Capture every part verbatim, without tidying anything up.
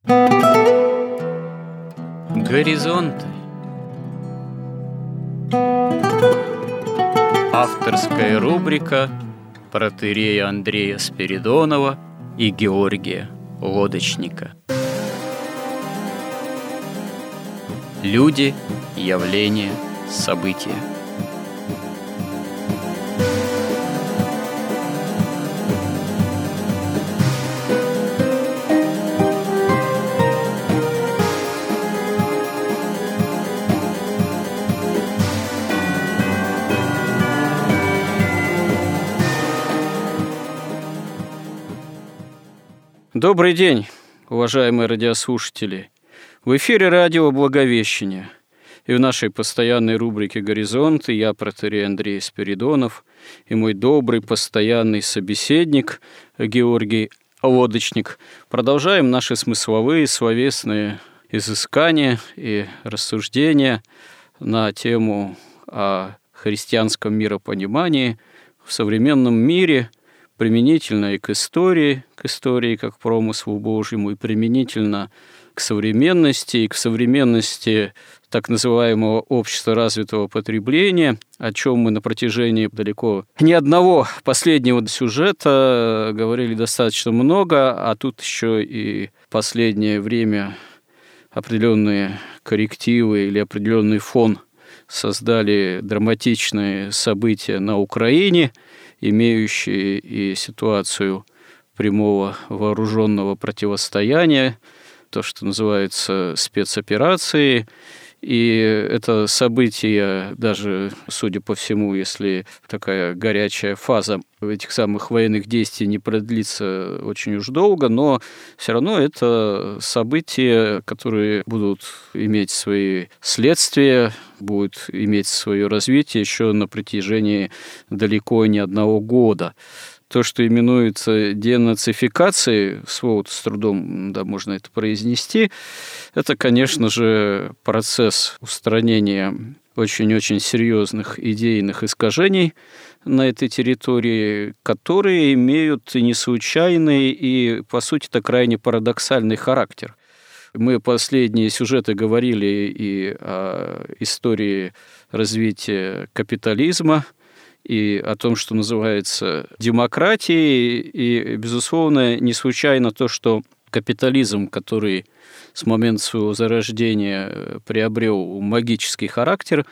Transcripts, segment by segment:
Горизонты. Авторская рубрика протоиерея Андрея Спиридонова и Георгия Лодочника. Люди, явления, события. Добрый день, уважаемые радиослушатели! В эфире радио «Благовещение». И в нашей постоянной рубрике «Горизонты» я, протоиерей Андрей Спиридонов, и мой добрый постоянный собеседник Георгий Лодочник продолжаем наши смысловые, словесные изыскания и рассуждения на тему о христианском миропонимании в современном мире, применительно и к истории, к истории как промыслу Божьему, и применительно к современности, и к современности так называемого общества развитого потребления, о чем мы на протяжении далеко не одного последнего сюжета говорили достаточно много, а тут еще и последнее время определенные коррективы или определенный фон создали драматичные события на Украине, имеющие и ситуацию прямого вооруженного противостояния, то, что называется спецоперацией. И это событие, даже, судя по всему, если такая горячая фаза этих самых военных действий не продлится очень уж долго, но все равно это события, которые будут иметь свои следствия, будут иметь свое развитие еще на протяжении далеко не одного года. То, что именуется денацификацией, слово с трудом, да, можно это произнести, это, конечно же, процесс устранения очень-очень серьезных идейных искажений на этой территории, которые имеют и неслучайный, и, по сути-то, крайне парадоксальный характер. Мы последние сюжеты говорили и о истории развития капитализма, и о том, что называется демократией, и, безусловно, не случайно то, что капитализм, который с момента своего зарождения приобрел магический характер,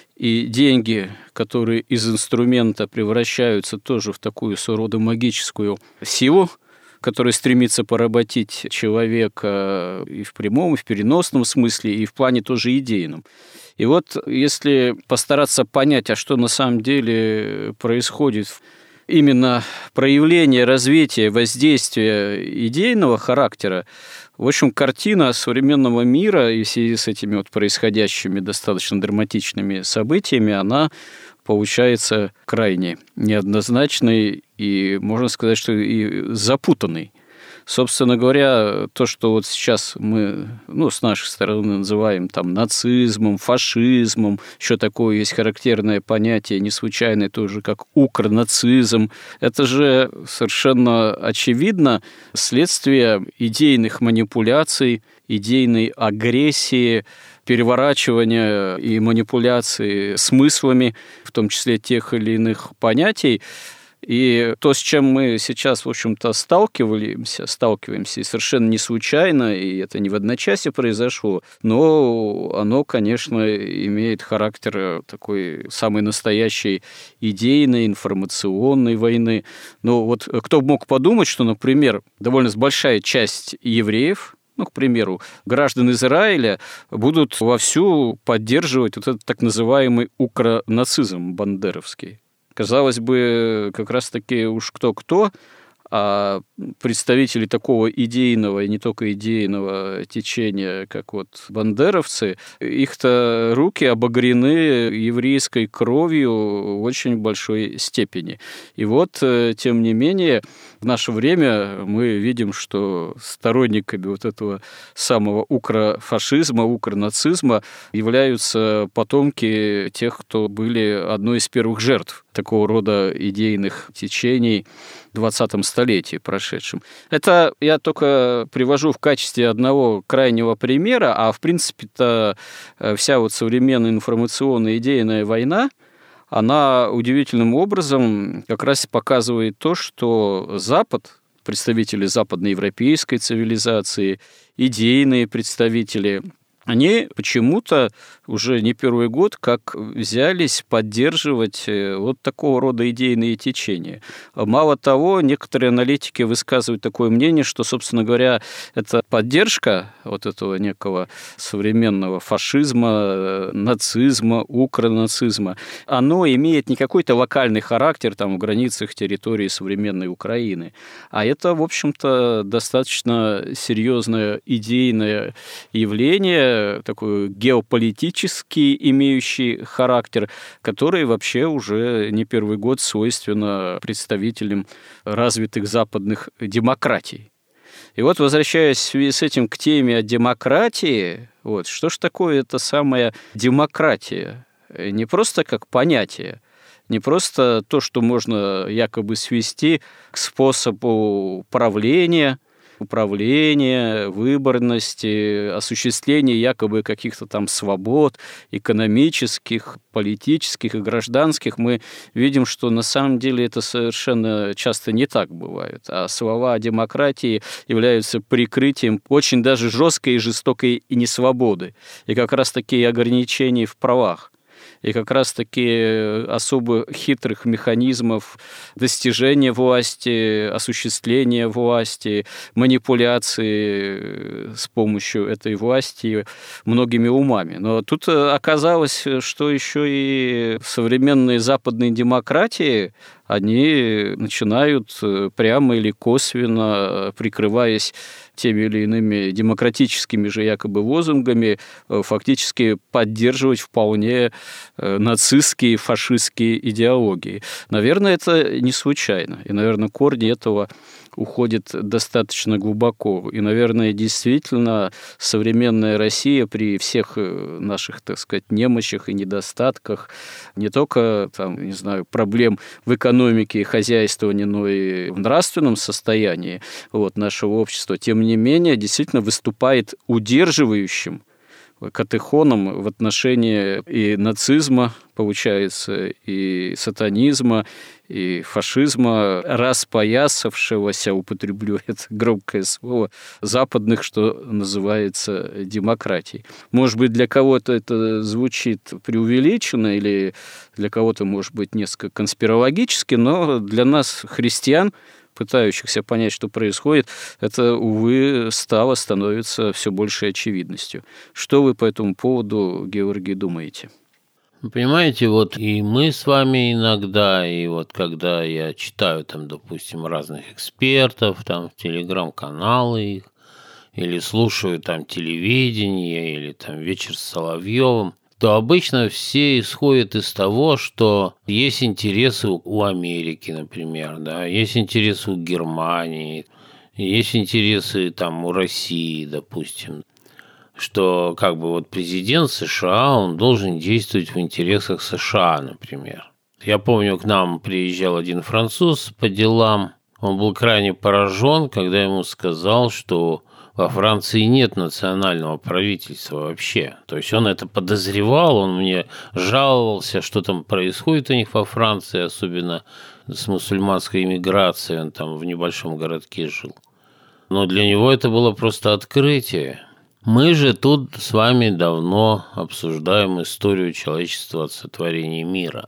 и деньги, которые из инструмента превращаются тоже в такую своего рода магическую силу, которая стремится поработить человека и в прямом, и в переносном смысле, и в плане тоже идейном. И вот если постараться понять, а что на самом деле происходит, именно проявление, развитие, воздействие идейного характера, в общем, картина современного мира и в связи с этими вот происходящими достаточно драматичными событиями, она получается крайне неоднозначной и, можно сказать, что и запутанной. Собственно говоря, то, что вот сейчас мы, ну, с нашей стороны называем там нацизмом, фашизмом, еще такое есть характерное понятие, не случайное тоже, как укронацизм, это же совершенно очевидно следствие идейных манипуляций, идейной агрессии, переворачивания и манипуляции смыслами, в том числе тех или иных понятий. И то, с чем мы сейчас, в общем-то, сталкиваемся, сталкиваемся, и совершенно не случайно, и это не в одночасье произошло, но оно, конечно, имеет характер такой самой настоящей идейной, информационной войны. Но вот кто мог подумать, что, например, довольно большая часть евреев, ну, к примеру, граждан Израиля будут вовсю поддерживать вот этот так называемый укронацизм бандеровский. Казалось бы, как раз-таки уж кто-кто, а представители такого идейного, и не только идейного течения, как вот бандеровцы, их-то руки обогрены еврейской кровью в очень большой степени. И вот, тем не менее, в наше время мы видим, что сторонниками вот этого самого укрофашизма, укронацизма являются потомки тех, кто были одной из первых жертв такого рода идейных течений в двадцатом столетии прошедшем. Это я только привожу в качестве одного крайнего примера, а в принципе-то вся вот современная информационная идейная война, она удивительным образом как раз показывает то, что Запад, представители западноевропейской цивилизации, идейные представители, они почему-то уже не первый год как взялись поддерживать вот такого рода идейные течения. Мало того, некоторые аналитики высказывают такое мнение, что, собственно говоря, эта поддержка вот этого некого современного фашизма, нацизма, укронацизма, оно имеет не какой-то локальный характер там, в границах территории современной Украины, а это, в общем-то, достаточно серьезное идейное явление, такой геополитический, имеющий характер, который вообще уже не первый год свойственно представителям развитых западных демократий. И вот, возвращаясь в связи с этим к теме о демократии, вот, что ж такое эта самая демократия? Не просто как понятие, не просто то, что можно якобы свести к способу правления, управления, выборности, осуществления якобы каких-то там свобод экономических, политических и гражданских, мы видим, что на самом деле это совершенно часто не так бывает. А слова о демократии являются прикрытием очень даже жесткой и жестокой и несвободы, и как раз такие ограничения в правах. И как раз-таки особо хитрых механизмов достижения власти, осуществления власти, манипуляции с помощью этой власти многими умами. Но тут оказалось, что еще и современные западные демократии, они начинают прямо или косвенно, прикрываясь теми или иными демократическими же якобы лозунгами, фактически поддерживать вполне нацистские, фашистские идеологии. Наверное, это не случайно. И, наверное, корни этого уходит достаточно глубоко. И, наверное, действительно современная Россия при всех наших, так сказать, немощах и недостатках, не только, там, не знаю, проблем в экономике и хозяйствовании, но и в нравственном состоянии вот, нашего общества, тем не менее, действительно выступает удерживающим катехоном в отношении и нацизма, получается, и сатанизма, и фашизма, распоясавшегося, употреблю это громкое слово, западных, что называется, демократий. Может быть, для кого-то это звучит преувеличенно, или для кого-то, может быть, несколько конспирологически, но для нас, христиан, пытающихся понять, что происходит, это, увы, стало, становится все большей очевидностью. Что вы по этому поводу, Георгий, думаете? Понимаете, вот и мы с вами иногда, и вот когда я читаю там, допустим, разных экспертов, там, в телеграм-каналы их, или слушаю там телевидение, или там «Вечер с Соловьевым», то обычно все исходят из того, что есть интересы у Америки, например, да, есть интересы у Германии, есть интересы там у России, допустим, что как бы вот президент США, он должен действовать в интересах США, например. Я помню, к нам приезжал один француз по делам, он был крайне поражен, когда ему сказал, что во Франции нет национального правительства вообще. То есть он это подозревал, он мне жаловался, что там происходит у них во Франции, особенно с мусульманской иммиграцией, он там в небольшом городке жил. Но для него это было просто открытие. Мы же тут с вами давно обсуждаем историю человечества от сотворения мира.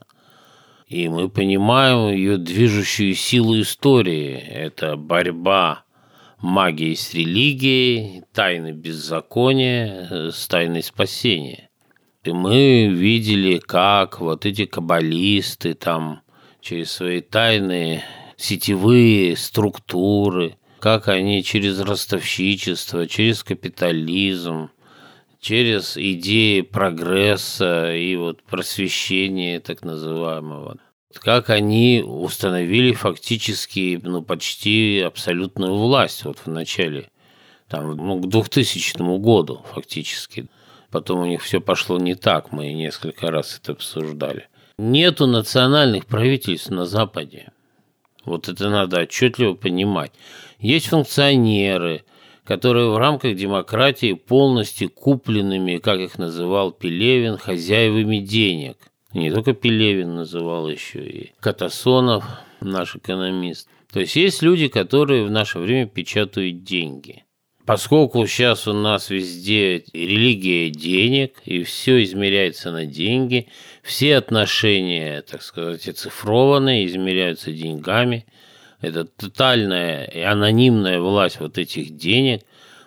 И мы понимаем ее движущую силу истории. Это борьба магии с религией, тайны беззакония с тайной спасения. И мы видели, как вот эти каббалисты там через свои тайные сетевые структуры, как они через ростовщичество, через капитализм, через идеи прогресса и вот просвещения так называемого, как они установили фактически, ну, почти абсолютную власть вот в начале, там, ну, к двухтысячному году фактически. Потом у них все пошло не так, мы несколько раз это обсуждали. Нету национальных правительств на Западе. Вот это надо отчетливо понимать. Есть функционеры, которые в рамках демократии полностью купленными, как их называл Пелевин, хозяевами денег. Не только Пелевин называл, еще и Катасонов, наш экономист. То есть есть люди, которые в наше время печатают деньги. Поскольку сейчас у нас везде религия денег, и все измеряется на деньги, все отношения, так сказать, оцифрованы, измеряются деньгами, это тотальная и анонимная власть вот этих денег,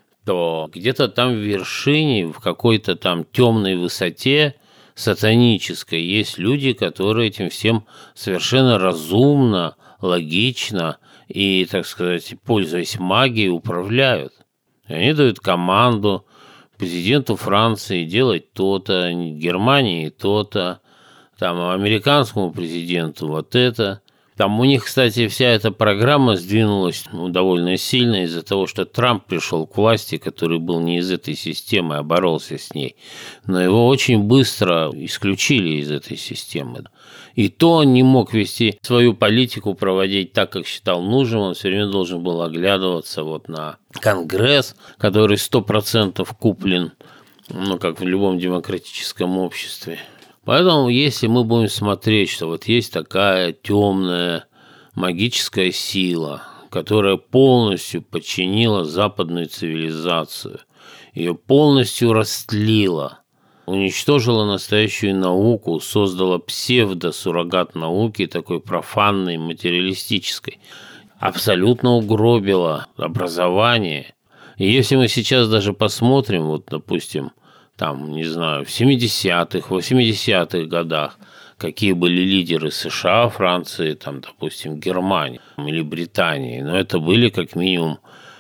то где-то там в вершине, в какой-то там темной высоте сатанической есть люди, которые этим всем совершенно разумно, логично и, так сказать, пользуясь магией, управляют. Они дают команду президенту Франции делать то-то, Германии то-то, там, американскому президенту вот это. Там у них, кстати, вся эта программа сдвинулась ну, довольно сильно из-за того, что Трамп пришел к власти, который был не из этой системы, а боролся с ней. Но его очень быстро исключили из этой системы. И то он не мог вести свою политику, проводить так, как считал нужным. Он все время должен был оглядываться вот на Конгресс, который сто процентов куплен, ну, как в любом демократическом обществе. Поэтому, если мы будем смотреть, что вот есть такая темная магическая сила, которая полностью подчинила западную цивилизацию, ее полностью растлила, уничтожила настоящую науку, создала псевдо-суррогат науки, такой профанной, материалистической, абсолютно угробила образование. И если мы сейчас даже посмотрим, вот, допустим, там, не знаю, в семидесятых, восьмидесятых годах, какие были лидеры США, Франции, там, допустим, Германии или Британии, но это были как минимум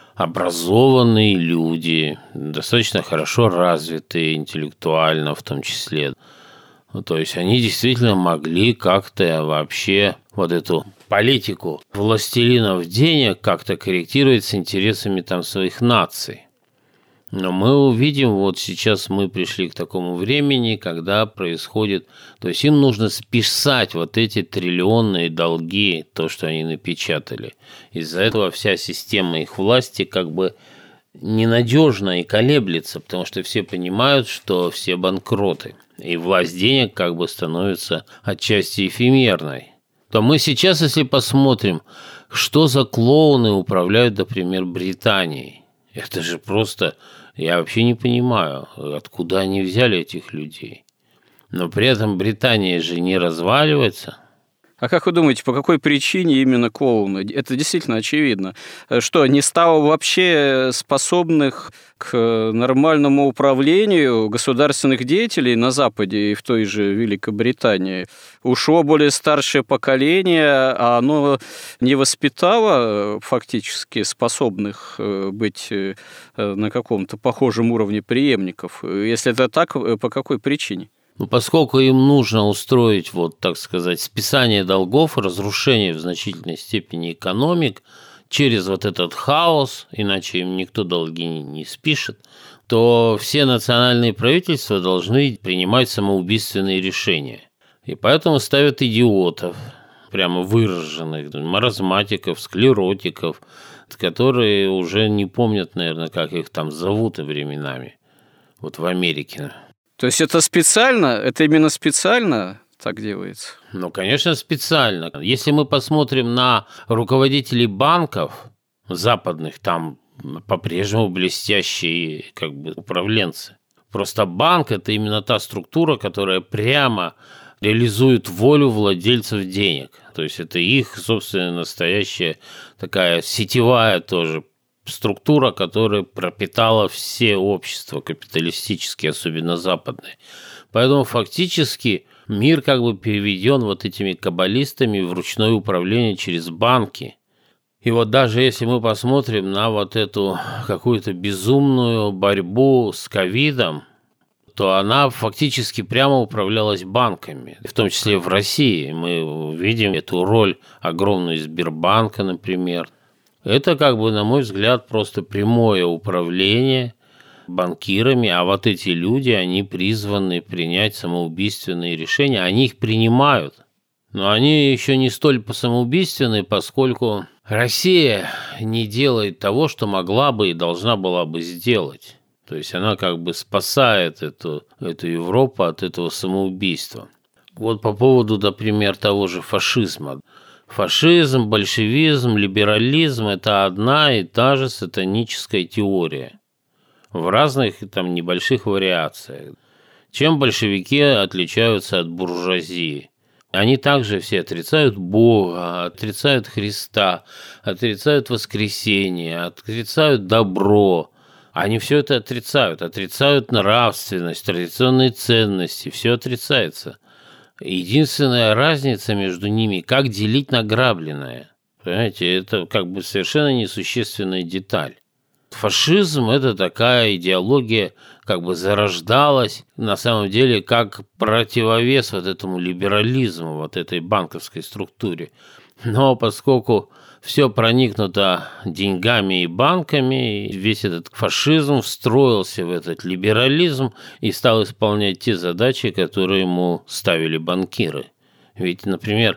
образованные люди, достаточно хорошо развитые интеллектуально в том числе. То есть они действительно могли как-то вообще вот эту политику властелинов денег как-то корректировать с интересами там своих наций. Но мы увидим, вот сейчас мы пришли к такому времени, когда происходит, то есть им нужно списать вот эти триллионные долги, то, что они напечатали. Из-за этого вся система их власти как бы ненадежна и колеблется, потому что все понимают, что все банкроты, и власть денег как бы становится отчасти эфемерной. То мы сейчас, если посмотрим, что за клоуны управляют, например, Британией, это же просто... Я вообще не понимаю, откуда они взяли этих людей. Но при этом Британия же не разваливается. А как вы думаете, по какой причине именно клоуны? Это действительно очевидно. Что, не стало вообще способных к нормальному управлению государственных деятелей на Западе и в той же Великобритании? Ушло более старшее поколение, а оно не воспитало фактически способных быть на каком-то похожем уровне преемников? Если это так, по какой причине? Ну, поскольку им нужно устроить, вот, так сказать, списание долгов, разрушение в значительной степени экономик через вот этот хаос, иначе им никто долги не спишет, то все национальные правительства должны принимать самоубийственные решения. И поэтому ставят идиотов, прямо выраженных, маразматиков, склеротиков, которые уже не помнят, наверное, как их там зовут временами, вот в Америке. То есть это специально? Это именно специально так делается? Ну, конечно, специально. Если мы посмотрим на руководителей банков западных, там по-прежнему блестящие как бы управленцы. Просто банк – это именно та структура, которая прямо реализует волю владельцев денег. То есть это их, собственно, настоящая такая сетевая тоже структура, которая пропитала все общества капиталистические, особенно западные. Поэтому фактически мир как бы переведен вот этими каббалистами в ручное управление через банки. И вот даже если мы посмотрим на вот эту какую-то безумную борьбу с ковидом, то она фактически прямо управлялась банками, в том числе в России. Мы видим эту роль огромную Сбербанка, например. Это, как бы, на мой взгляд, просто прямое управление банкирами, а вот эти люди, они призваны принять самоубийственные решения, они их принимают. Но они еще не столь самоубийственные, поскольку Россия не делает того, что могла бы и должна была бы сделать. То есть она как бы спасает эту, эту Европу от этого самоубийства. Вот по поводу, например, того же фашизма. Фашизм, большевизм, либерализм – это одна и та же сатаническая теория в разных там небольших вариациях. Чем большевики отличаются от буржуазии? Они также все отрицают Бога, отрицают Христа, отрицают воскресение, отрицают добро. Они все это отрицают, отрицают нравственность, традиционные ценности, все отрицается. Единственная разница между ними – как делить награбленное. Понимаете, это как бы совершенно несущественная деталь. Фашизм – это такая идеология, как бы зарождалась на самом деле как противовес вот этому либерализму, вот этой банковской структуре. Но поскольку все проникнуто деньгами и банками, весь этот фашизм встроился в этот либерализм и стал исполнять те задачи, которые ему ставили банкиры. Ведь, например,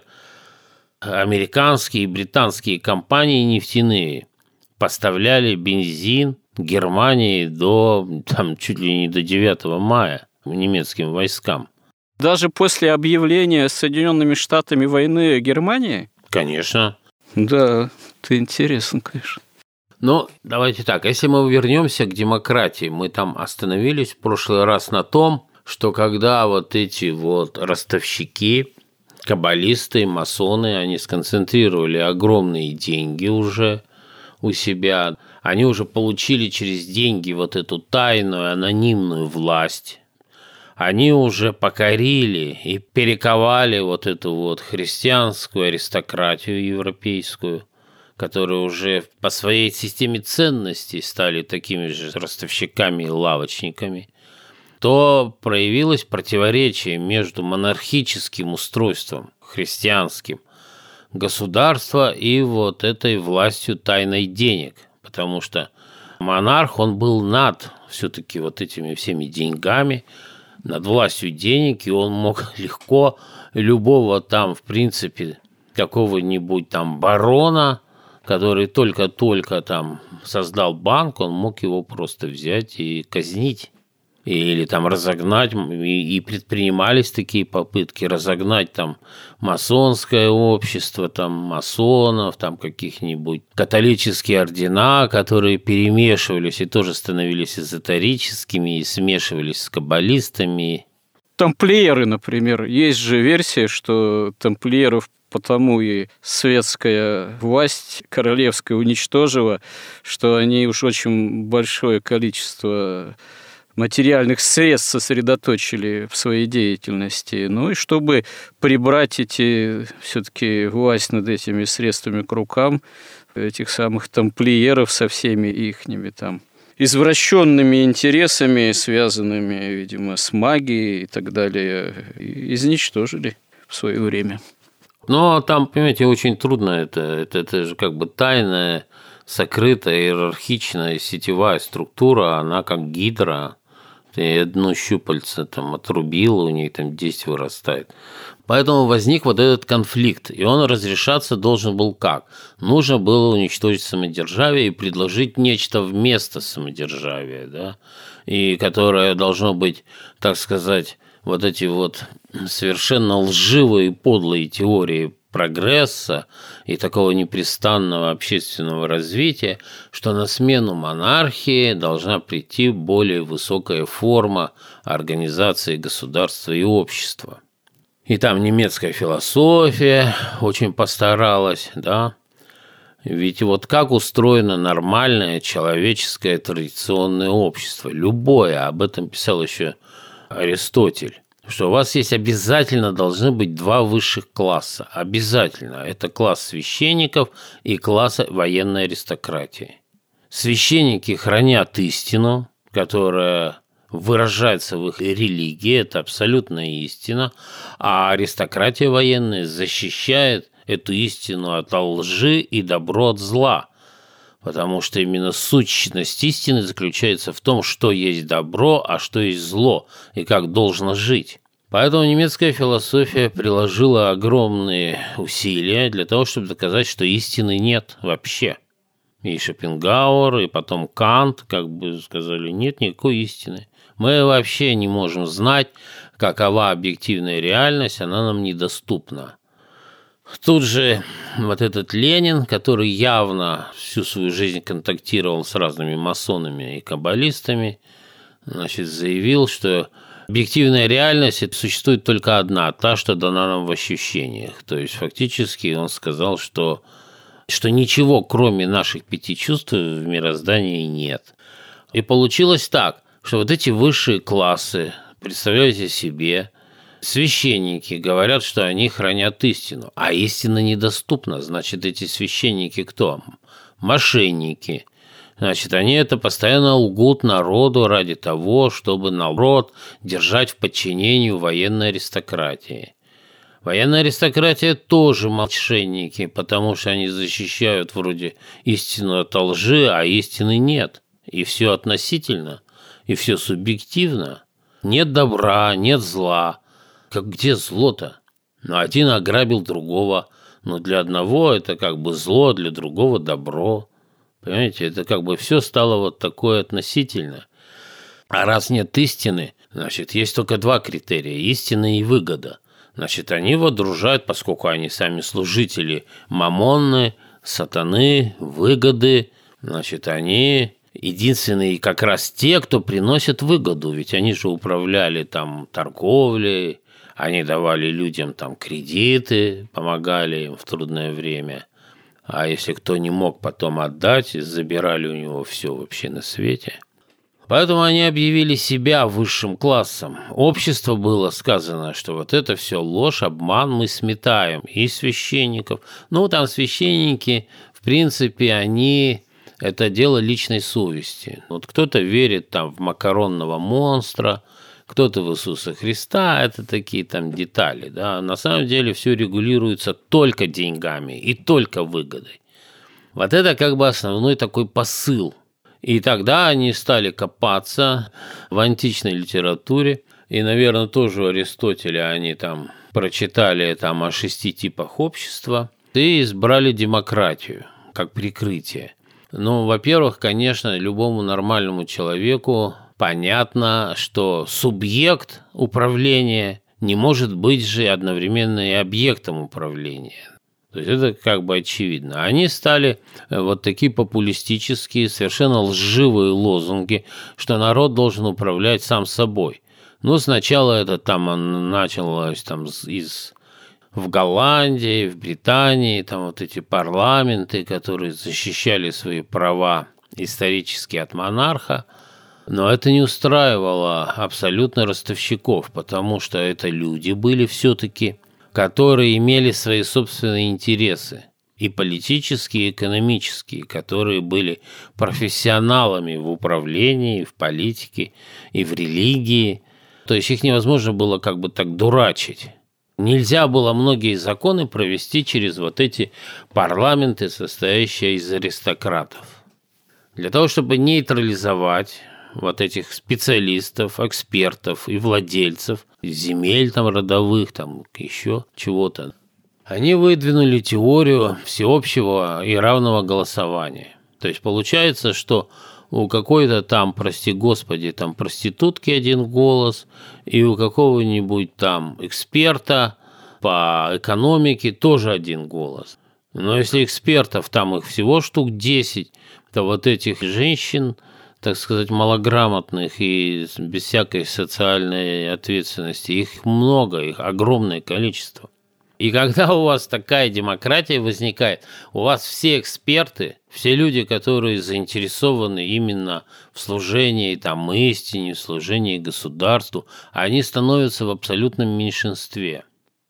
американские и британские компании нефтяные поставляли бензин Германии до, там, чуть ли не до девятого мая немецким войскам. Даже после объявления Соединенными Штатами войны Германии? Конечно. Да, это интересно, конечно. Ну, давайте так, если мы вернемся к демократии, мы там остановились в прошлый раз на том, что когда вот эти вот ростовщики, каббалисты, масоны, они сконцентрировали огромные деньги уже у себя, они уже получили через деньги вот эту тайную, анонимную власть. Они уже покорили и перековали вот эту вот христианскую аристократию европейскую, которые уже по своей системе ценностей стали такими же ростовщиками и лавочниками, то проявилось противоречие между монархическим устройством, христианским, государства и вот этой властью тайной денег, потому что монарх, он был над все-таки вот этими всеми деньгами, над властью денег, и он мог легко любого там, в принципе, какого-нибудь там барона, который только-только там создал банк, он мог его просто взять и казнить. Или там разогнать, и предпринимались такие попытки разогнать там масонское общество, там масонов, там каких-нибудь католические ордена, которые перемешивались и тоже становились эзотерическими и смешивались с каббалистами. Тамплиеры, например. Есть же версия, что тамплиеров потому и светская власть королевская уничтожила, что они уж очень большое количество материальных средств сосредоточили в своей деятельности. Ну и чтобы прибрать эти, все-таки власть над этими средствами к рукам этих самых тамплиеров со всеми ихними там извращенными интересами, связанными, видимо, с магией и так далее, изничтожили в свое время. Но там, понимаете, очень трудно это. Это, это же как бы тайная, сокрытая, иерархичная сетевая структура, она как гидра. Ты одно щупальце там отрубил, у нее там десять вырастает. Поэтому возник вот этот конфликт, и он разрешаться должен был как? Нужно было уничтожить самодержавие и предложить нечто вместо самодержавия, да, и которое должно быть, так сказать, вот эти вот совершенно лживые и подлые теории прогресса и такого непрестанного общественного развития, что на смену монархии должна прийти более высокая форма организации государства и общества. И там немецкая философия очень постаралась, да. Ведь вот как устроено нормальное человеческое традиционное общество, любое, об этом писал еще Аристотель, что у вас есть обязательно должны быть два высших класса. Обязательно. Это класс священников и класс военной аристократии. Священники хранят истину, которая выражается в их религии, это абсолютная истина, а аристократия военная защищает эту истину от лжи и добро от зла. Потому что именно сущность истины заключается в том, что есть добро, а что есть зло, и как должно жить. Поэтому немецкая философия приложила огромные усилия для того, чтобы доказать, что истины нет вообще. И Шопенгауэр, и потом Кант как бы сказали, нет никакой истины. Мы вообще не можем знать, какова объективная реальность, она нам недоступна. Тут же вот этот Ленин, который явно всю свою жизнь контактировал с разными масонами и каббалистами, значит, заявил, что объективная реальность существует только одна, та, что дана нам в ощущениях. То есть фактически он сказал, что, что ничего, кроме наших пяти чувств, в мироздании нет. И получилось так, что вот эти высшие классы, представляете себе, священники говорят, что они хранят истину, а истина недоступна. Значит, эти священники кто? Мошенники. Значит, они это постоянно лгут народу ради того, чтобы народ держать в подчинении военной аристократии. Военная аристократия тоже мошенники, потому что они защищают вроде истину от лжи, а истины нет. И все относительно, и все субъективно. Нет добра, нет зла. Как где зло-то? Ну, один ограбил другого, но для одного это как бы зло, для другого добро. Понимаете, это как бы все стало вот такое относительно. А раз нет истины, значит, есть только два критерия – истина и выгода. Значит, они водружают, поскольку они сами служители мамонны, сатаны, выгоды, значит, они единственные как раз те, кто приносит выгоду, ведь они же управляли там торговлей, они давали людям там кредиты, помогали им в трудное время. А если кто не мог потом отдать, забирали у него все вообще на свете. Поэтому они объявили себя высшим классом. Общество было сказано, что вот это все ложь, обман, мы сметаем. И священников. Ну, там священники, в принципе, они... Это дело личной совести. Вот кто-то верит там в макаронного монстра, кто-то в Иисуса Христа, это такие там детали, да. На самом деле все регулируется только деньгами и только выгодой. Вот это как бы основной такой посыл. И тогда они стали копаться в античной литературе, и, наверное, тоже у Аристотеля они там прочитали там о шести типах общества и избрали демократию как прикрытие. Ну, во-первых, конечно, любому нормальному человеку понятно, что субъект управления не может быть же одновременно и объектом управления. То есть это как бы очевидно. Они стали вот такие популистические, совершенно лживые лозунги, что народ должен управлять сам собой. Ну, сначала это там началось там из... В Голландии, в Британии, там вот эти парламенты, которые защищали свои права исторически от монарха, но это не устраивало абсолютно ростовщиков, потому что это люди были все-таки, которые имели свои собственные интересы, и политические, и экономические, которые были профессионалами в управлении, в политике, и в религии. То есть их невозможно было как бы так дурачить. Нельзя было многие законы провести через вот эти парламенты, состоящие из аристократов. Для того, чтобы нейтрализовать вот этих специалистов, экспертов и владельцев земель там родовых, там еще чего-то, они выдвинули теорию всеобщего и равного голосования. То есть получается, что у какой-то там, прости господи, там проститутки один голос, и у какого-нибудь там эксперта по экономике тоже один голос. Но если экспертов там их всего штук десять, то вот этих женщин, так сказать, малограмотных и без всякой социальной ответственности, их много, их огромное количество. И когда у вас такая демократия возникает, у вас все эксперты, все люди, которые заинтересованы именно в служении там, истине, в служении государству, они становятся в абсолютном меньшинстве.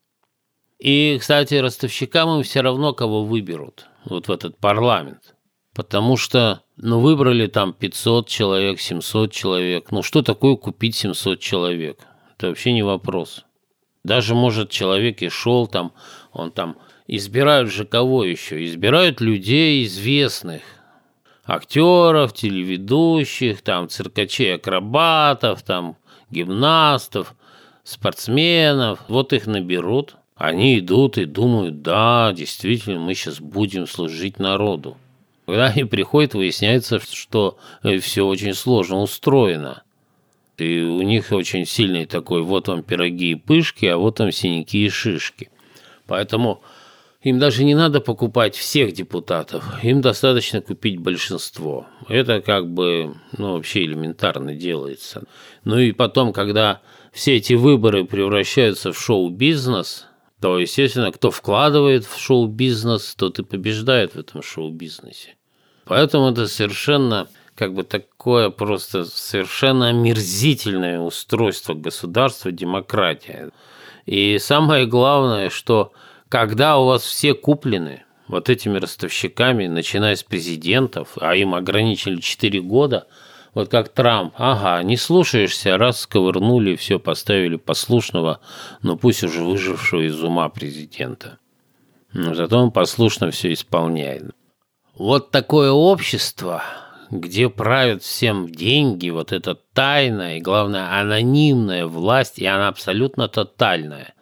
И, кстати, ростовщикам им все равно кого выберут, вот в этот парламент. Потому что, ну, выбрали там пятьсот человек, семьсот человек. Ну, что такое купить семьсот человек? Это вообще не вопрос. Даже, может, человек и шел там, он там, избирают же кого еще? Избирают людей известных. актеров, телеведущих, там, циркачей-акробатов, там, гимнастов, спортсменов. Вот их наберут. Они идут и думают, да, действительно, мы сейчас будем служить народу. Когда они приходят, выясняется, что все очень сложно устроено. И у них очень сильный такой, вот вам пироги и пышки, а вот там синяки и шишки. Поэтому им даже не надо покупать всех депутатов, им достаточно купить большинство. Это как бы, ну, вообще элементарно делается. Ну и потом, когда все эти выборы превращаются в шоу-бизнес, то, естественно, кто вкладывает в шоу-бизнес, тот и побеждает в этом шоу-бизнесе. Поэтому это совершенно, как бы такое просто совершенно омерзительное устройство государства, демократия. И самое главное, что когда у вас все куплены вот этими ростовщиками, начиная с президентов, а им ограничили четыре года, вот как Трамп, ага, не слушаешься, раз сковырнули, все поставили послушного, но пусть уже выжившего из ума президента. Но зато он послушно все исполняет. Вот такое общество, где правят всем деньги, вот эта тайная и, главное, анонимная власть, и она абсолютно тотальная,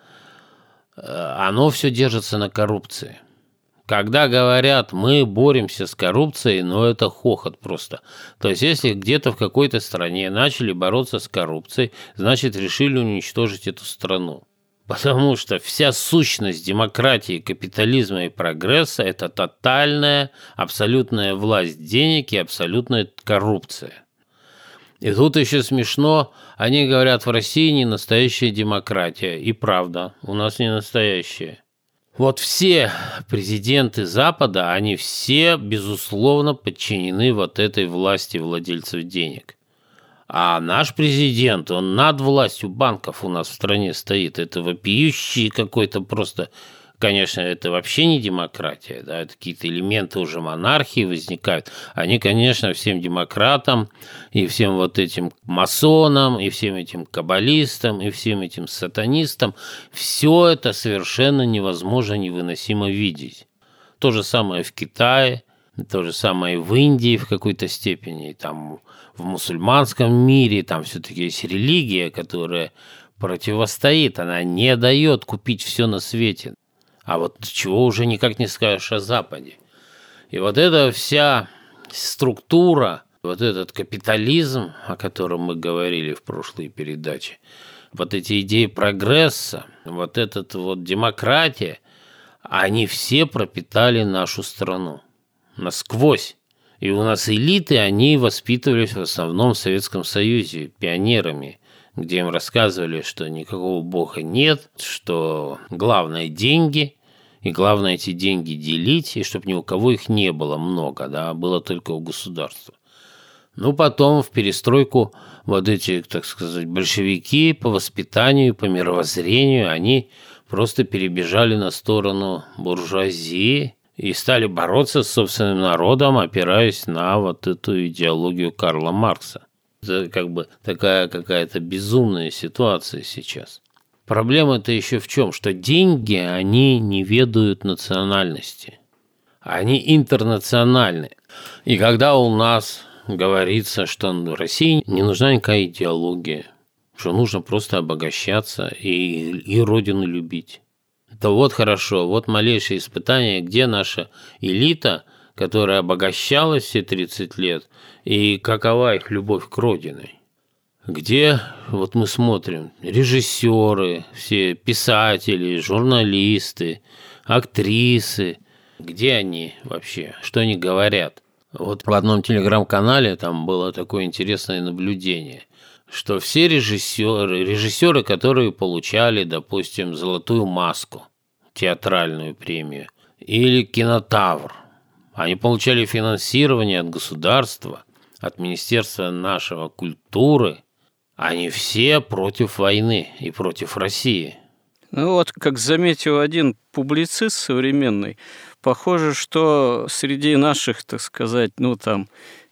оно все держится на коррупции. Когда говорят, мы боремся с коррупцией, ну это хохот просто. То есть, если где-то в какой-то стране начали бороться с коррупцией, значит, решили уничтожить эту страну. Потому что вся сущность демократии, капитализма и прогресса – это тотальная, абсолютная власть денег и абсолютная коррупция. И тут еще смешно, они говорят, в России не настоящая демократия. И правда, у нас не настоящая. Вот все президенты Запада, они все, безусловно, подчинены вот этой власти владельцев денег. А наш президент, он над властью банков у нас в стране стоит. Это вопиющий какой-то просто... Конечно, это вообще не демократия, да, это какие-то элементы уже монархии возникают. Они, конечно, всем демократам и всем вот этим масонам, и всем этим каббалистам, и всем этим сатанистам, все это совершенно невозможно, невыносимо видеть. То же самое в Китае, то же самое в Индии в какой-то степени, там в мусульманском мире, там все-таки есть религия, которая противостоит, она не дает купить все на свете. А вот чего уже никак не скажешь о Западе. И вот эта вся структура, вот этот капитализм, о котором мы говорили в прошлой передаче, вот эти идеи прогресса, вот эта вот демократия, они все пропитали нашу страну насквозь. И у нас элиты, они воспитывались в основном в Советском Союзе пионерами, где им рассказывали, что никакого бога нет, что главное – деньги, и главное эти деньги делить, и чтобы ни у кого их не было много, да, было только у государства. Ну, потом в перестройку вот эти, так сказать, большевики по воспитанию, по мировоззрению, они просто перебежали на сторону буржуазии и стали бороться с собственным народом, опираясь на вот эту идеологию Карла Маркса. Это как бы такая какая-то безумная ситуация сейчас. Проблема-то еще в чем? Что деньги, они не ведают национальности. Они интернациональны. И когда у нас говорится, что в России не нужна никакая идеология, что нужно просто обогащаться и, и родину любить, то вот хорошо, вот малейшее испытание, где наша элита, которая обогащалась все тридцать лет, и какова их любовь к родине. Где, вот мы смотрим, режиссеры, все писатели, журналисты, актрисы, где они вообще, что они говорят? Вот в одном телеграм-канале там было такое интересное наблюдение, что все режиссеры, режиссеры, которые получали, допустим, «Золотую маску», театральную премию, или «Кинотавр», они получали финансирование от государства, от Министерства нашего культуры. Они все против войны и против России. Ну вот, как заметил один публицист современный, похоже, что среди наших, так сказать, ну там,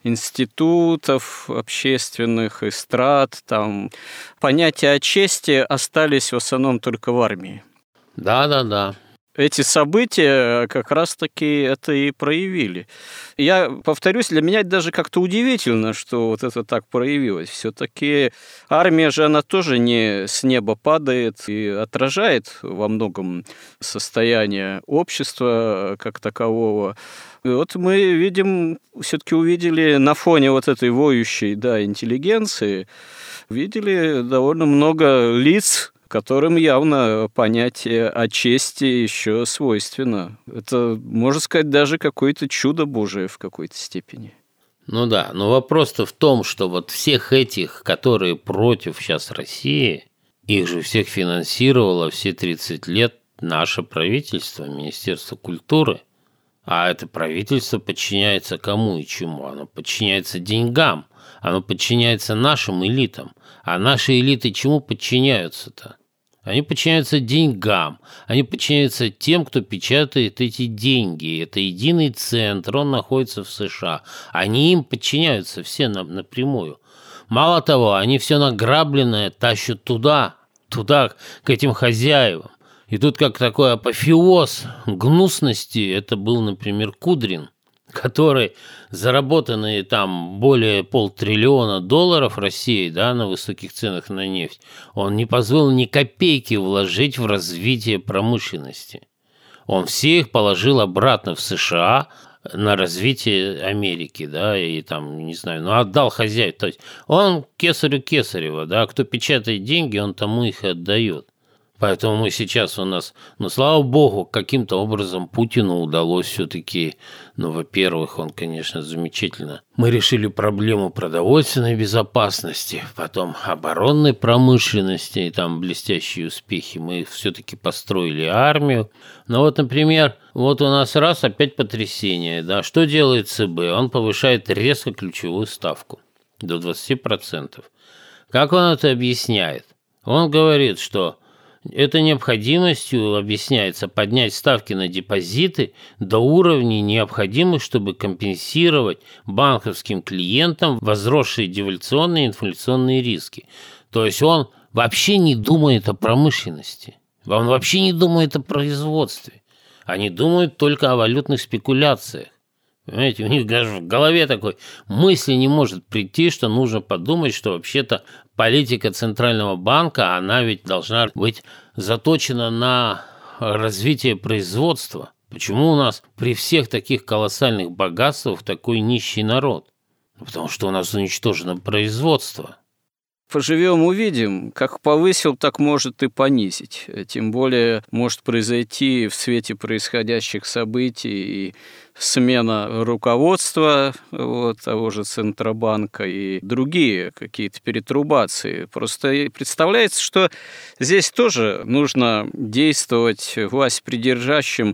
институтов общественных, эстрад, там, понятия о чести остались в основном только в армии. Да-да-да. эти события как раз-таки это и проявили. Я повторюсь, для меня это даже как-то удивительно, что вот это так проявилось. Все-таки армия же, она тоже не с неба падает и отражает во многом состояние общества как такового. И вот мы видим, все-таки увидели на фоне вот этой воющей, да, интеллигенции, видели довольно много лиц, которым явно понятие о чести еще свойственно. Это, можно сказать, даже какое-то чудо Божие в какой-то степени. Ну да, но вопрос-то в том, что вот всех этих, которые против сейчас России, их же всех финансировало все тридцать лет наше правительство, Министерство культуры. А это правительство подчиняется кому и чему? Оно подчиняется деньгам, оно подчиняется нашим элитам. А наши элиты чему подчиняются-то? Они подчиняются деньгам, они подчиняются тем, кто печатает эти деньги. Это единый центр, он находится в США. Они им подчиняются все напрямую. Мало того, они все награбленное тащат туда, туда, к этим хозяевам. И тут как такой апофеоз гнусности, это был, например, Кудрин, который заработанные там более полтриллиона долларов России, да, на высоких ценах на нефть, он не позволил ни копейки вложить в развитие промышленности. Он все их положил обратно в США на развитие Америки, да, и там, не знаю, ну, отдал хозяину. То есть он кесарю кесарева, да, кто печатает деньги, он тому их и отдает. Поэтому мы сейчас у нас, ну, слава богу, каким-то образом Путину удалось все-таки, ну, во-первых, он, конечно, замечательно. Мы решили проблему продовольственной безопасности, потом оборонной промышленности, и там блестящие успехи. Мы все-таки построили армию. Но вот, например, вот у нас раз опять потрясение, да, что делает ЦБ? Он повышает резко ключевую ставку до двадцати процентов. Как он это объясняет? Он говорит, что этой необходимостью объясняется поднять ставки на депозиты до уровней, необходимых, чтобы компенсировать банковским клиентам возросшие девальвационные и инфляционные риски. То есть он вообще не думает о промышленности, он вообще не думает о производстве. Они думают только о валютных спекуляциях. Понимаете, у них даже в голове такой мысли не может прийти, что нужно подумать, что вообще-то политика Центрального банка, она ведь должна быть заточена на развитие производства. Почему у нас при всех таких колоссальных богатствах такой нищий народ? Потому что у нас уничтожено производство. Поживем, увидим. Как повысил, так может и понизить. Тем более может произойти в свете происходящих событий и смена руководства вот, того же Центробанка и другие какие-то перетрубации. Просто представляется, что здесь тоже нужно действовать власть придержащим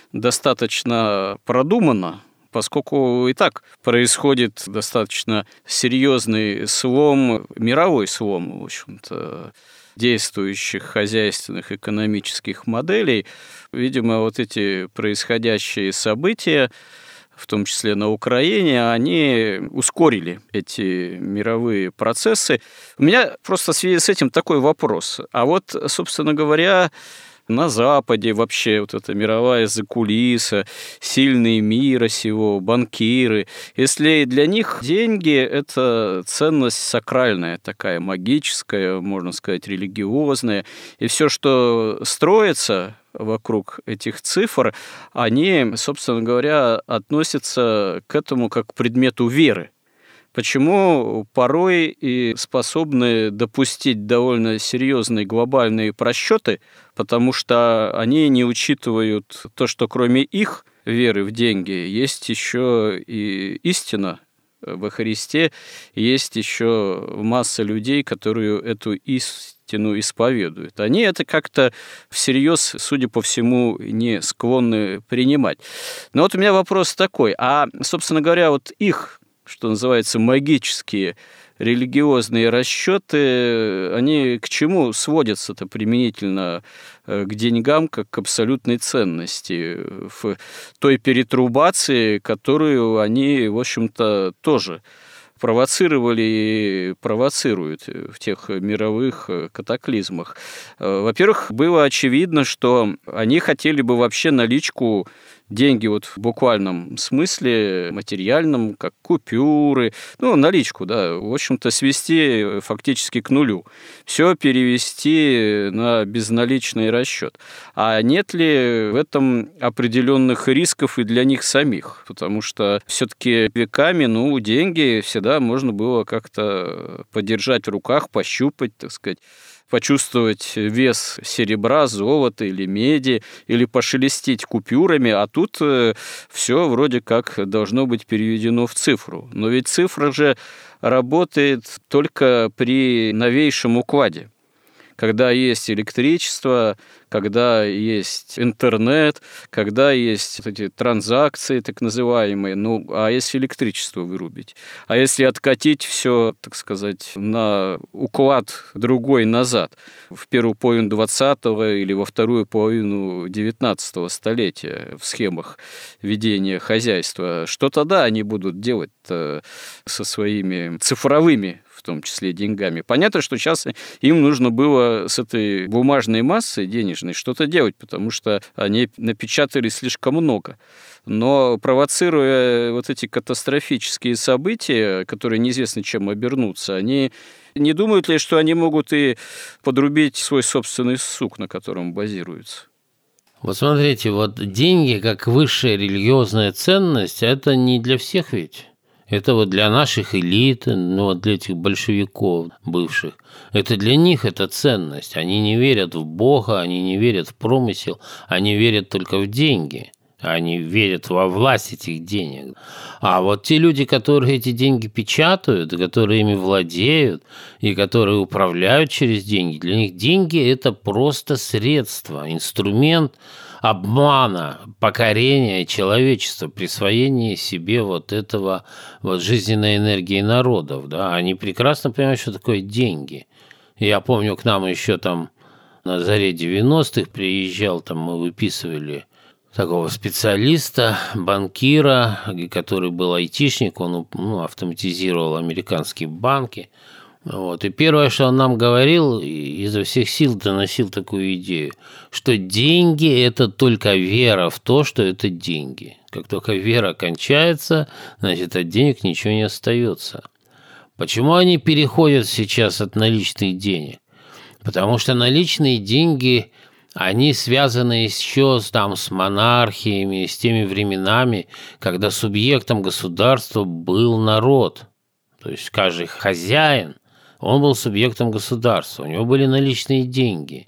достаточно продуманно, поскольку и так происходит достаточно серьезный слом, мировой слом, в общем-то, действующих хозяйственных экономических моделей. Видимо, вот эти происходящие события, в том числе на Украине, они ускорили эти мировые процессы. У меня просто в связи с этим такой вопрос. А вот, собственно говоря, на Западе вообще вот эта мировая закулиса, сильные мира сего, банкиры. Если для них деньги – это ценность сакральная, такая магическая, можно сказать, религиозная, и все, что строится вокруг этих цифр, они, собственно говоря, относятся к этому как к предмету веры. Почему порой и способны допустить довольно серьезные глобальные просчеты, потому что они не учитывают то, что кроме их веры в деньги есть еще и истина во Христе, есть еще масса людей, которые эту истину исповедуют. Они это как-то всерьез, судя по всему, не склонны принимать. Но вот у меня вопрос такой, а, собственно говоря, вот их, что называется, магические религиозные расчеты, они к чему сводятся-то применительно к деньгам, как к абсолютной ценности в той перетрубации, которую они, в общем-то, тоже провоцировали и провоцируют в тех мировых катаклизмах. Во-первых, было очевидно, что они хотели бы вообще наличку, деньги вот в буквальном смысле, материальном, как купюры, ну, наличку, да, в общем-то, свести фактически к нулю. Все перевести на безналичный расчет. А нет ли в этом определенных рисков и для них самих? Потому что все-таки веками, ну, деньги всегда можно было как-то подержать в руках, пощупать, так сказать, почувствовать вес серебра, золота или меди, или пошелестеть купюрами, а тут все вроде как должно быть переведено в цифру. Но ведь цифра же работает только при новейшем укладе. Когда есть электричество, когда есть интернет, когда есть эти транзакции так называемые, ну, а если электричество вырубить? А если откатить все, так сказать, на уклад другой назад, в первую половину двадцатого или во вторую половину девятнадцатого столетия в схемах ведения хозяйства, что тогда они будут делать-то со своими цифровыми, в том числе деньгами? Понятно, что сейчас им нужно было с этой бумажной массой денежной что-то делать, потому что они напечатали слишком много. Но провоцируя вот эти катастрофические события, которые неизвестно чем обернутся, они не думают ли, что они могут и подрубить свой собственный сук, на котором базируются? Вот смотрите, вот деньги как высшая религиозная ценность, это не для всех ведь. Это вот для наших элит, ну вот для этих большевиков бывших. Это для них это ценность. Они не верят в Бога, они не верят в промысел, они верят только в деньги. Они верят во власть этих денег. А вот те люди, которые эти деньги печатают, которые ими владеют, и которые управляют через деньги, для них деньги – это просто средство, инструмент обмана, покорения человечества, присвоения себе вот этого вот жизненной энергии народов. Да? Они прекрасно понимают, что такое деньги. Я помню, к нам еще там на заре девяностых приезжал, там мы выписывали такого специалиста, банкира, который был айтишник, он ну, автоматизировал американские банки. Вот. И первое, что он нам говорил, изо всех сил доносил такую идею, что деньги – это только вера в то, что это деньги. Как только вера кончается, значит, от денег ничего не остается. Почему они переходят сейчас от наличных денег? Потому что наличные деньги – они связаны еще там, с монархиями, с теми временами, когда субъектом государства был народ. То есть каждый хозяин, он был субъектом государства, у него были наличные деньги.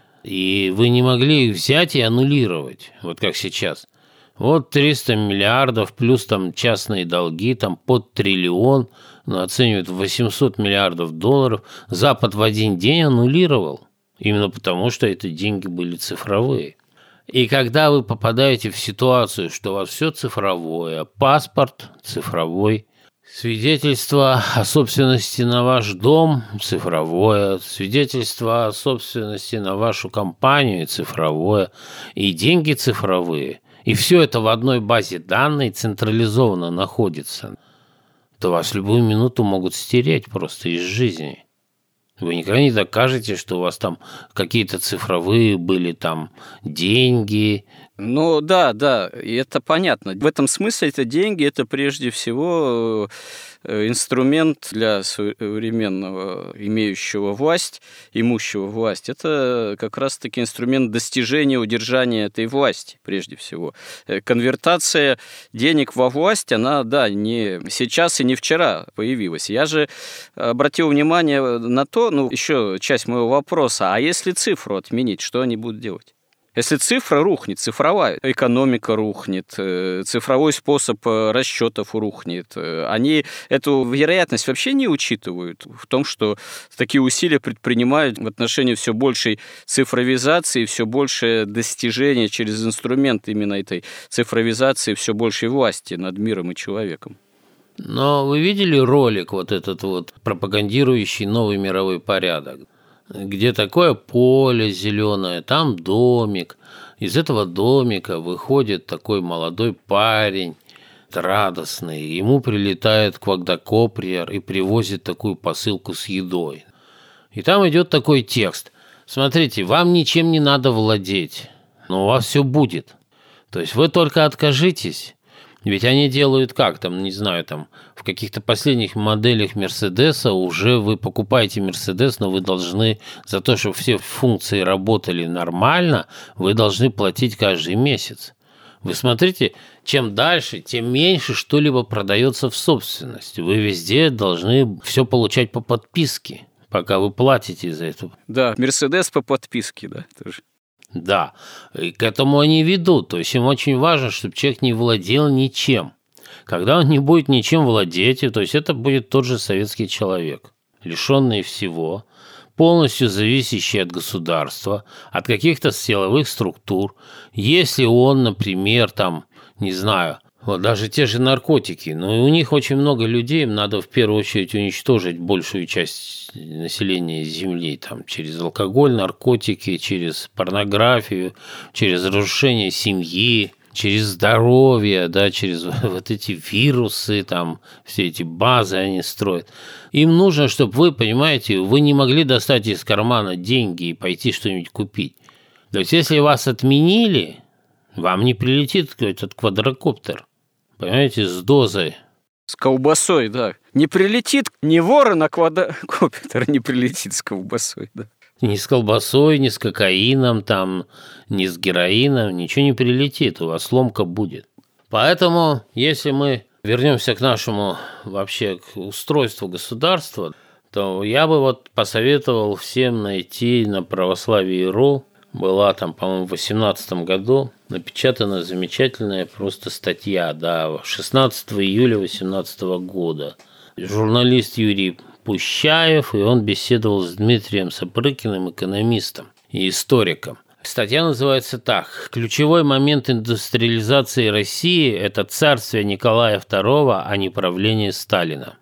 И вы не могли их взять и аннулировать, вот как сейчас. Вот триста миллиардов плюс там частные долги, там под триллион, ну, оценивают в восемьсот миллиардов долларов. Запад в один день аннулировал. Именно потому, что эти деньги были цифровые. И когда вы попадаете в ситуацию, что у вас все цифровое, паспорт цифровой, свидетельство о собственности на ваш дом цифровое, свидетельство о собственности на вашу компанию цифровое, и деньги цифровые, и все это в одной базе данных централизованно находится, то вас в любую минуту могут стереть просто из жизни. Вы никогда не докажете, что у вас там какие-то цифровые были там деньги. Ну да, да, и это понятно. В этом смысле это деньги, это прежде всего инструмент для современного имеющего власть, имущего власть. Это как раз-таки инструмент достижения, удержания этой власти, прежде всего. Конвертация денег во власть, она, да, не сейчас и не вчера появилась. Я же обратил внимание на то, ну, еще часть моего вопроса, а если цифру отменить, что они будут делать? Если цифра рухнет, цифровая экономика рухнет, цифровой способ расчетов рухнет, они эту вероятность вообще не учитывают в том, что такие усилия предпринимают в отношении все большей цифровизации, все большее достижение через инструмент именно этой цифровизации, все большей власти над миром и человеком. Но вы видели ролик вот этот вот, пропагандирующий новый мировой порядок? Где такое поле зеленое, там домик. Из этого домика выходит такой молодой парень, радостный. Ему прилетает квадрокоптер и привозит такую посылку с едой. И там идет такой текст. Смотрите, вам ничем не надо владеть, но у вас все будет. То есть вы только откажитесь. Ведь они делают как там, не знаю, там в каких-то последних моделях Мерседеса уже вы покупаете Мерседес, но вы должны за то, чтобы все функции работали нормально, вы должны платить каждый месяц. Вы смотрите, чем дальше, тем меньше что-либо продается в собственность. Вы везде должны все получать по подписке, пока вы платите за это. Да, Мерседес по подписке, да, тоже. Да, и к этому они ведут. То есть им очень важно, чтобы человек не владел ничем. Когда он не будет ничем владеть, то есть это будет тот же советский человек, лишенный всего, полностью зависящий от государства, от каких-то силовых структур. Если он, например, там, не знаю, вот даже те же наркотики, но у них очень много людей, им надо в первую очередь уничтожить большую часть населения Земли, там, через алкоголь, наркотики, через порнографию, через разрушение семьи, через здоровье, да, через вот эти вирусы, там, все эти базы они строят. Им нужно, чтобы вы, понимаете, вы не могли достать из кармана деньги и пойти что-нибудь купить. То есть если вас отменили, вам не прилетит этот квадрокоптер. Понимаете, с дозой. С колбасой, да. Не прилетит ни ворон, а квадрокоптер не прилетит с колбасой, да. Ни с колбасой, ни с кокаином, там, ни с героином, ничего не прилетит, у вас ломка будет. Поэтому, если мы вернемся к нашему вообще к устройству государства, то я бы вот посоветовал всем найти на православии точка ру. Была там, по-моему, в восемнадцатом году напечатана замечательная просто статья, да, шестнадцатого июля восемнадцатого года. Журналист Юрий Пущаев, и он беседовал с Дмитрием Сапрыкиным, экономистом и историком. Статья называется так: «Ключевой момент индустриализации России – это царствие Николая второго, а не правление Сталина».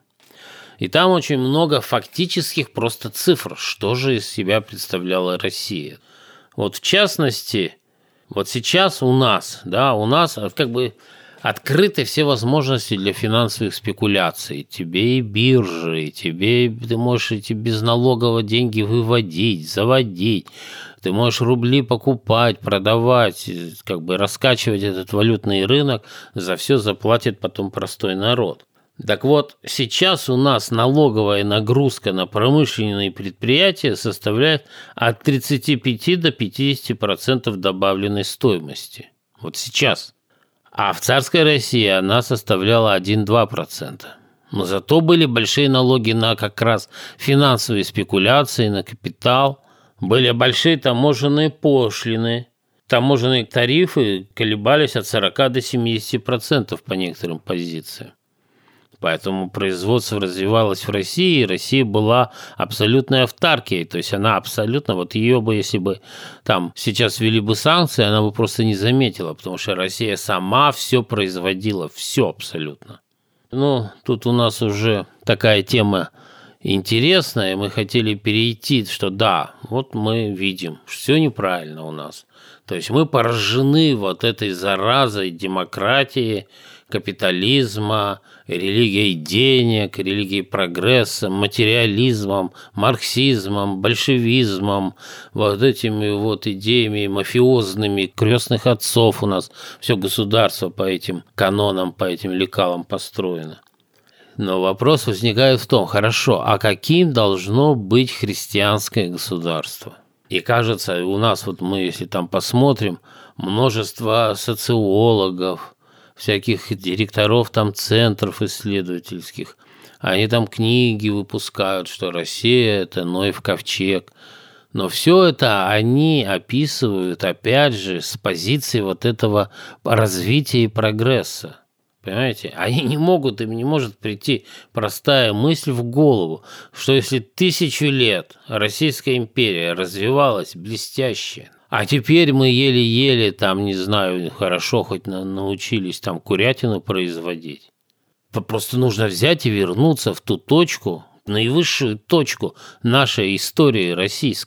И там очень много фактических просто цифр, что же из себя представляла Россия. Вот в частности, вот сейчас у нас, да, у нас как бы открыты все возможности для финансовых спекуляций. Тебе и биржи, тебе ты можешь эти безналогово деньги выводить, заводить. Ты можешь рубли покупать, продавать, как бы раскачивать этот валютный рынок. За все заплатит потом простой народ. Так вот, сейчас у нас налоговая нагрузка на промышленные предприятия составляет от тридцати пяти до пятидесяти процентов добавленной стоимости. Вот сейчас. А в царской России она составляла один-два процента. Но зато были большие налоги на как раз финансовые спекуляции, на капитал. Были большие таможенные пошлины. Таможенные тарифы колебались от сорока до семидесяти процентов по некоторым позициям. Поэтому производство развивалось в России, и Россия была абсолютной автаркией, то есть она абсолютно, вот ее бы, если бы там сейчас ввели бы санкции, она бы просто не заметила, потому что Россия сама все производила, все абсолютно. Ну, тут у нас уже такая тема интересная, мы хотели перейти, что да, вот мы видим, все неправильно у нас. То есть мы поражены вот этой заразой демократии, капитализма, религией денег, религией прогресса, материализмом, марксизмом, большевизмом, вот этими вот идеями мафиозными крестных отцов у нас. Все государство по этим канонам, по этим лекалам построено. Но вопрос возникает в том, хорошо, а каким должно быть христианское государство? И кажется, у нас вот мы, если там посмотрим, множество социологов, всяких директоров там центров исследовательских. Они там книги выпускают, что Россия – это Ноев ковчег. Но все это они описывают, опять же, с позиции вот этого развития и прогресса. Понимаете? Они не могут, им не может прийти простая мысль в голову, что если тысячу лет Российская империя развивалась блестяще, а теперь мы еле-еле, там, не знаю, хорошо хоть на, научились там курятину производить. Просто нужно взять и вернуться в ту точку, наивысшую точку нашей истории российской.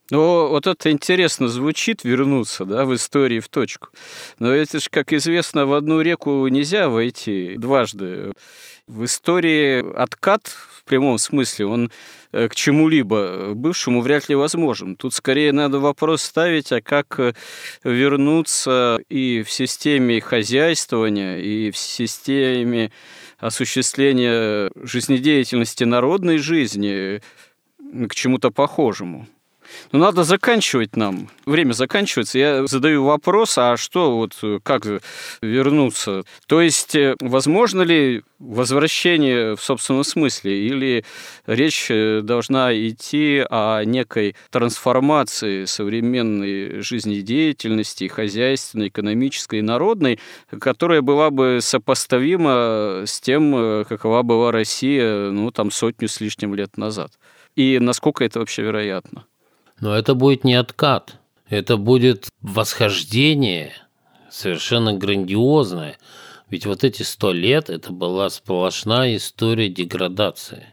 Но вот это интересно звучит, вернуться, да, в истории в точку. Но это же, как известно, в одну реку нельзя войти дважды. В истории откат, в прямом смысле, он к чему-либо бывшему вряд ли возможен. Тут скорее надо вопрос ставить, а как вернуться и в системе хозяйствования, и в системе осуществления жизнедеятельности народной жизни к чему-то похожему. Но надо заканчивать нам. Время заканчивается. Я задаю вопрос, а что, вот как вернуться? То есть, возможно ли возвращение в собственном смысле? Или речь должна идти о некой трансформации современной жизнедеятельности, хозяйственной, экономической и народной, которая была бы сопоставима с тем, какова была Россия, ну, там, сотню с лишним лет назад? И насколько это вообще вероятно? Но это будет не откат, это будет восхождение совершенно грандиозное. Ведь вот эти сто лет – это была сплошная история деградации.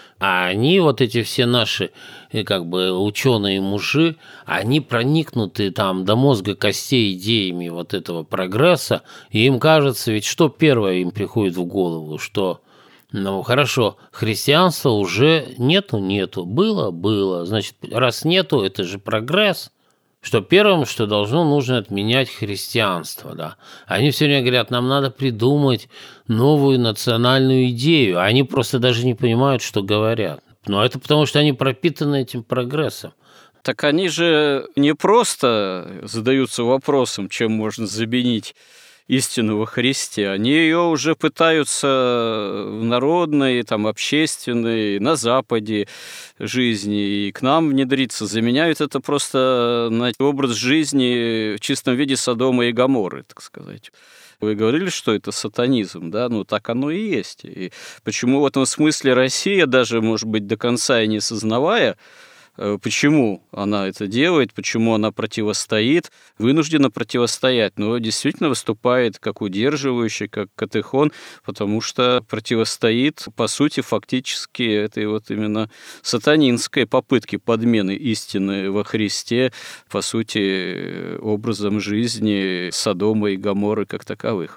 А они, вот эти все наши как бы ученые-мужи, они проникнуты там до мозга костей идеями вот этого прогресса, и им кажется, ведь что первое им приходит в голову, что... Ну, хорошо, христианства уже нету-нету, было-было, значит, раз нету, это же прогресс, что первым, что должно, нужно отменять христианство, да. Они все время говорят, нам надо придумать новую национальную идею, они просто даже не понимают, что говорят. Но это потому, что они пропитаны этим прогрессом. Так они же не просто задаются вопросом, чем можно заменить истину во Христе, они ее уже пытаются в народной, там, общественной, на Западе жизни и к нам внедриться, заменяют это просто на образ жизни в чистом виде Содома и Гоморры, так сказать. Вы говорили, что это сатанизм, да? Ну, так оно и есть. И почему в этом смысле Россия, даже, может быть, до конца и не сознавая, почему она это делает, почему она противостоит, вынуждена противостоять, но действительно выступает как удерживающий, как катехон, потому что противостоит, по сути, фактически этой вот именно сатанинской попытке подмены истины во Христе, по сути, образом жизни Содома и Гоморры как таковых.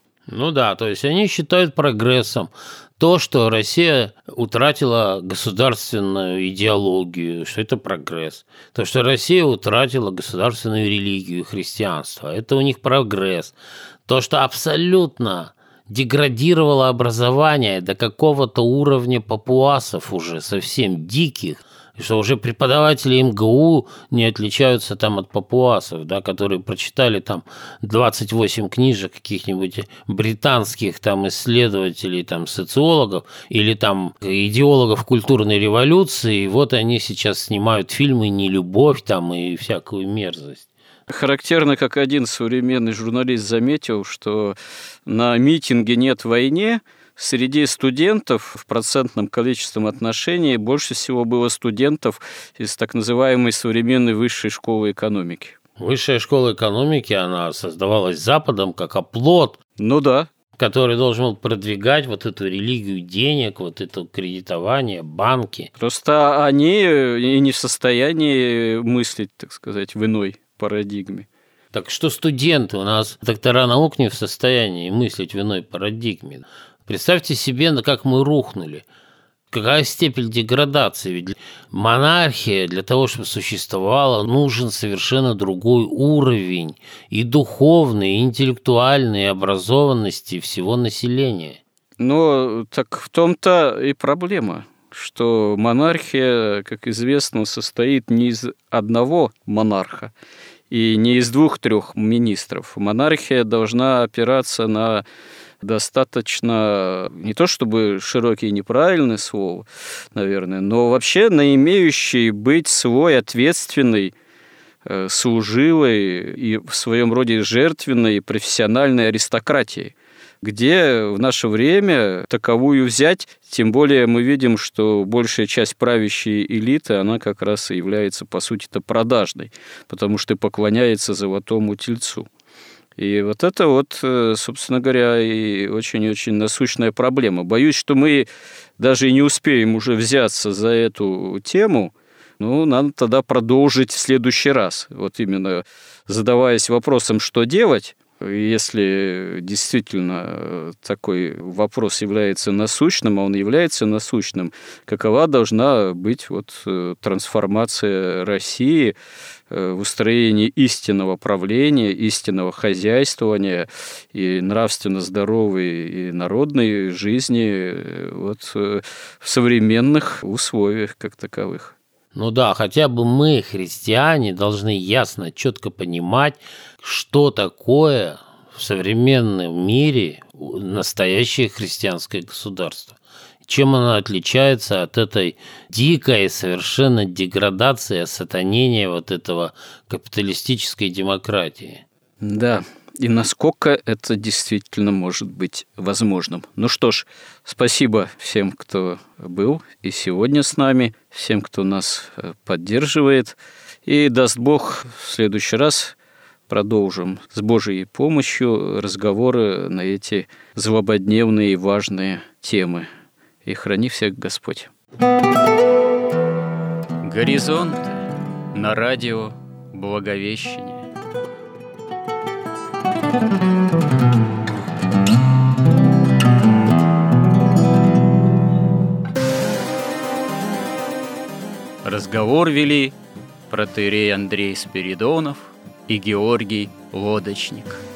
Ну да, то есть они считают прогрессом то, что Россия утратила государственную идеологию, что это прогресс. То, что Россия утратила государственную религию, христианство, это у них прогресс. То, что абсолютно деградировало образование до какого-то уровня папуасов уже совсем диких, что уже преподаватели эм гэ у не отличаются там от папуасов, да, которые прочитали там двадцать восемь книжек каких-нибудь британских там исследователей, там социологов или там идеологов культурной революции, и вот они сейчас снимают фильмы «Нелюбовь» там и всякую мерзость. Характерно, как один современный журналист заметил, что на митинге «Нет войне» среди студентов в процентном количественном отношении больше всего было студентов из так называемой современной высшей школы экономики. Высшая школа экономики, она создавалась Западом как оплот. Ну да. Который должен был продвигать вот эту религию денег, вот это кредитование, банки. Просто они и не в состоянии мыслить, так сказать, в иной парадигме. Так что студенты у нас, доктора наук, не в состоянии мыслить в иной парадигме. Представьте себе, как мы рухнули. Какая степень деградации? Ведь монархия для того, чтобы существовала, нужен совершенно другой уровень и духовной, и интеллектуальной, и образованности всего населения. Но так в том-то и проблема, что монархия, как известно, состоит не из одного монарха и не из двух-трех министров. Монархия должна опираться на достаточно, не то чтобы широкие и неправильное слово, наверное, но вообще на имеющий быть свой ответственный, служивой и в своем роде жертвенной профессиональной аристократией. Где в наше время таковую взять, тем более мы видим, что большая часть правящей элиты, она как раз и является, по сути-то, продажной, потому что поклоняется золотому тельцу. И вот это вот, собственно говоря, и очень-очень насущная проблема. Боюсь, что мы даже и не успеем уже взяться за эту тему, Ну, надо тогда продолжить в следующий раз. Вот именно задаваясь вопросом, что делать, если действительно такой вопрос является насущным, а он является насущным, какова должна быть вот трансформация России в устроении истинного правления, истинного хозяйствования и нравственно здоровой и народной жизни вот в современных условиях как таковых. Ну да, хотя бы мы, христиане, должны ясно, четко понимать, что такое в современном мире настоящее христианское государство. Чем оно отличается от этой дикой совершенно деградации, осатанения вот этого капиталистической демократии. Да, и насколько это действительно может быть возможным. Ну что ж, спасибо всем, кто был и сегодня с нами, всем, кто нас поддерживает. И даст Бог, в следующий раз продолжим с Божьей помощью разговоры на эти злободневные и важные темы. И храни всех Господь. Горизонт на радио Благовещение. Разговор вели протоиерей Андрей Спиридонов и Георгий Лодочник.